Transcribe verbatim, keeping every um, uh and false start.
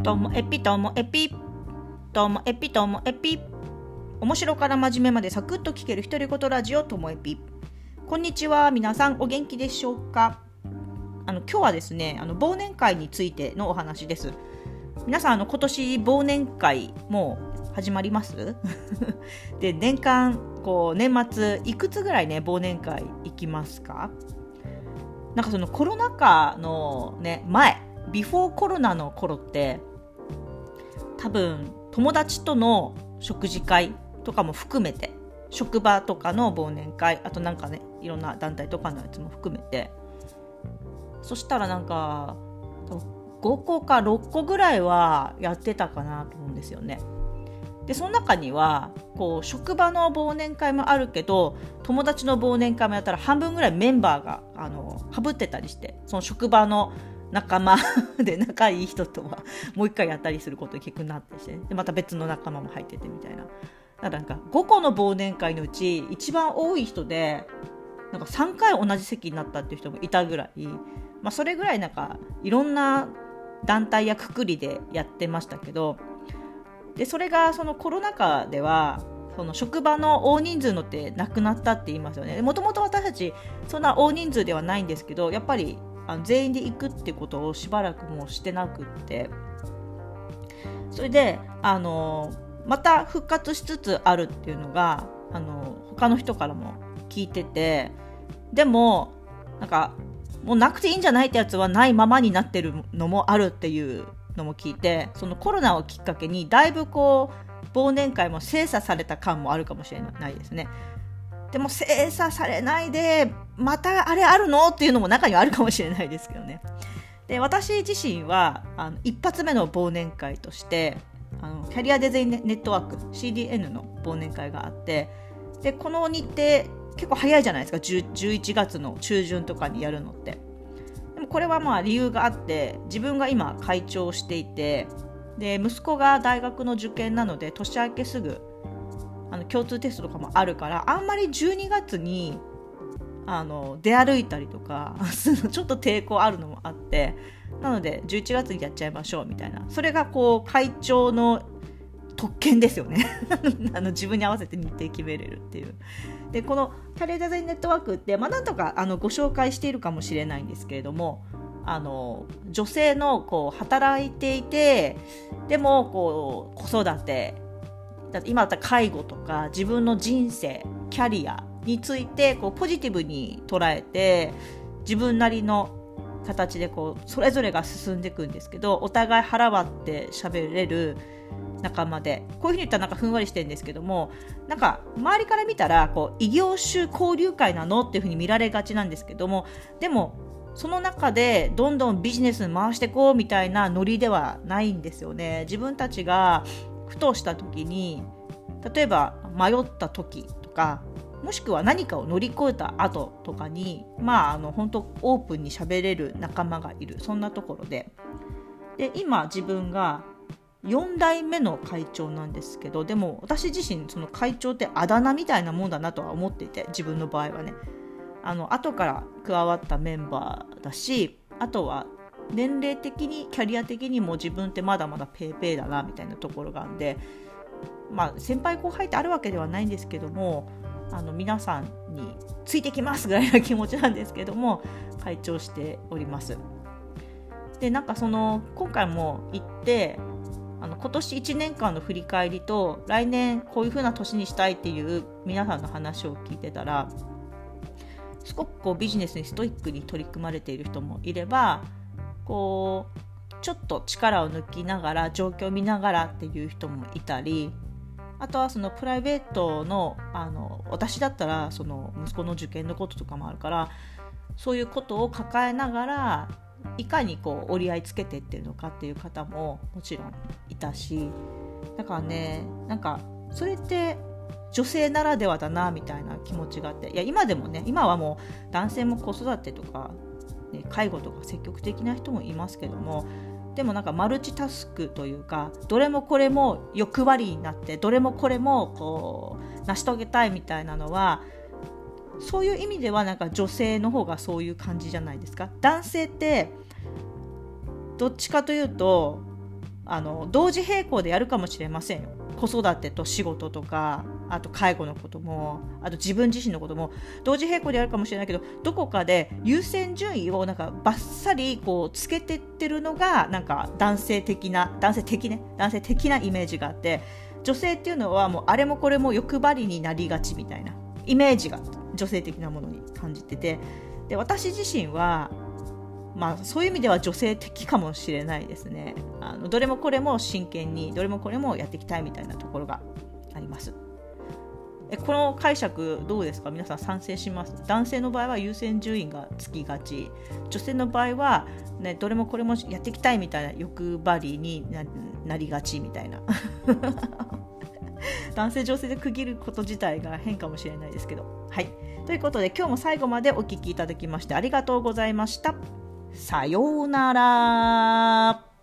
ともエピともエピともエピともエピ、面白から真面目までサクッと聞ける独り言ラジオともエピ。こんにちは、皆さんお元気でしょうか。あの今日はですね、あの忘年会についてのお話です。皆さん、あの今年忘年会もう始まりますで、年間こう年末いくつぐらいね忘年会行きますか？なんかそのコロナ禍のね前ビフォーコロナの頃って多分友達との食事会とかも含めて、職場とかの忘年会、あとなんかねいろんな団体とかのやつも含めて、そしたらなんかごこかろっこぐらいはやってたかなと思うんですよね。でその中にはこう職場の忘年会もあるけど、友達の忘年会もやったら半分ぐらいメンバーがあの被ってたりして、その職場の仲間で仲いい人とはもう一回やったりすることに結構なってして、ね、でまた別の仲間も入っててみたいな。だからなんかごこの忘年会のうち一番多い人でなんかさんかい同じ席になったっていう人もいたぐらい、まあ、それぐらいなんかいろんな団体やくくりでやってましたけど、でそれがそのコロナ禍ではその職場の大人数のってなくなったって言いますよね。もともと私たちそんな大人数ではないんですけど、やっぱりあの全員で行くってことをしばらくもうしてなくって、それであのまた復活しつつあるっていうのがあの他の人からも聞いてて、でもなんかもうなくていいんじゃないってやつはないままになってるのもあるっていうのも聞いて、そのコロナをきっかけにだいぶこう忘年会も精査された感もあるかもしれないですね。でも精査されないでまたあれあるのっていうのも中にはあるかもしれないですけどね。で私自身はあの一発目の忘年会としてあのキャリアデザインネットワーク シーディーエヌ の忘年会があって、でこの日程結構早いじゃないですか。じゅういちがつの中旬とかにやるのって。でもこれはまあ理由があって、自分が今会長をしていて、で息子が大学の受験なので年明けすぐあの共通テストとかもあるから、あんまりじゅうにがつにあの出歩いたりとかちょっと抵抗あるのもあって、なのでじゅういちがつにやっちゃいましょうみたいな、それがこう会長の特権ですよねあの自分に合わせて日程決めれるっていう。でこのキャリアデザインネットワークって、まあ、なんとかあのご紹介しているかもしれないんですけれども、あの女性のこう働いていて、でもこう子育てだって今だったら介護とか自分の人生キャリアについてこうポジティブに捉えて、自分なりの形でこうそれぞれが進んでいくんですけど、お互い腹割って喋れる仲間で、こういうふうに言ったらなんかふんわりしてるんですけども、なんか周りから見たらこう異業種交流会なのっていうふうに見られがちなんですけども、でもその中でどんどんビジネスに回していこうみたいなノリではないんですよね。自分たちがふとした時に、例えば迷った時とか、もしくは何かを乗り越えた後とかに、まああの本当オープンに喋れる仲間がいる、そんなところで、で今自分がよんだいめの会長なんですけど、でも私自身その会長ってあだ名みたいなもんだなとは思っていて、自分の場合はね、あの後から加わったメンバーだし、あとは年齢的にキャリア的にも自分ってまだまだペーペーだなみたいなところがあるんで、まあ先輩後輩ってあるわけではないんですけども、あの皆さんについてきますぐらいの気持ちなんですけども、会長しております。でなんかその今回も行ってあの今年いちねんかんの振り返りと、来年こういう風な年にしたいっていう皆さんの話を聞いてたら、すごくこうビジネスにストイックに取り組まれている人もいれば、こうちょっと力を抜きながら状況を見ながらっていう人もいたり、あとはそのプライベート の, あの私だったらその息子の受験のこととかもあるから、そういうことを抱えながらいかにこう折り合いつけていってるのかっていう方ももちろんいたし、だからね、なんかそれって女性ならではだなみたいな気持ちがあって、いや今でもね、今はもう男性も子育てとか、ね、介護とか積極的な人もいますけども、でもなんかマルチタスクというか、どれもこれも欲張りになってどれもこれもこう成し遂げたいみたいなのは、そういう意味ではなんか女性の方がそういう感じじゃないですか。男性ってどっちかというとあの同時並行でやるかもしれませんよ。子育てと仕事とか、あと介護のことも、あと自分自身のことも同時並行でやるかもしれないけど、どこかで優先順位をなんかバッサリこうつけてってるのがなんか男性的な男性的ね男性的なイメージがあって、女性っていうのはもうあれもこれも欲張りになりがちみたいなイメージが女性的なものに感じてて、で私自身はまあ、そういう意味では女性的かもしれないですね。あのどれもこれも真剣にどれもこれもやっていきたいみたいなところがあります。えこの解釈どうですか？皆さん賛成します？男性の場合は優先順位がつきがち、女性の場合は、ね、どれもこれもやっていきたいみたいな欲張りに な, なりがちみたいな男性女性で区切ること自体が変かもしれないですけど、はい、ということで今日も最後までお聞きいただきましてありがとうございました。さようなら。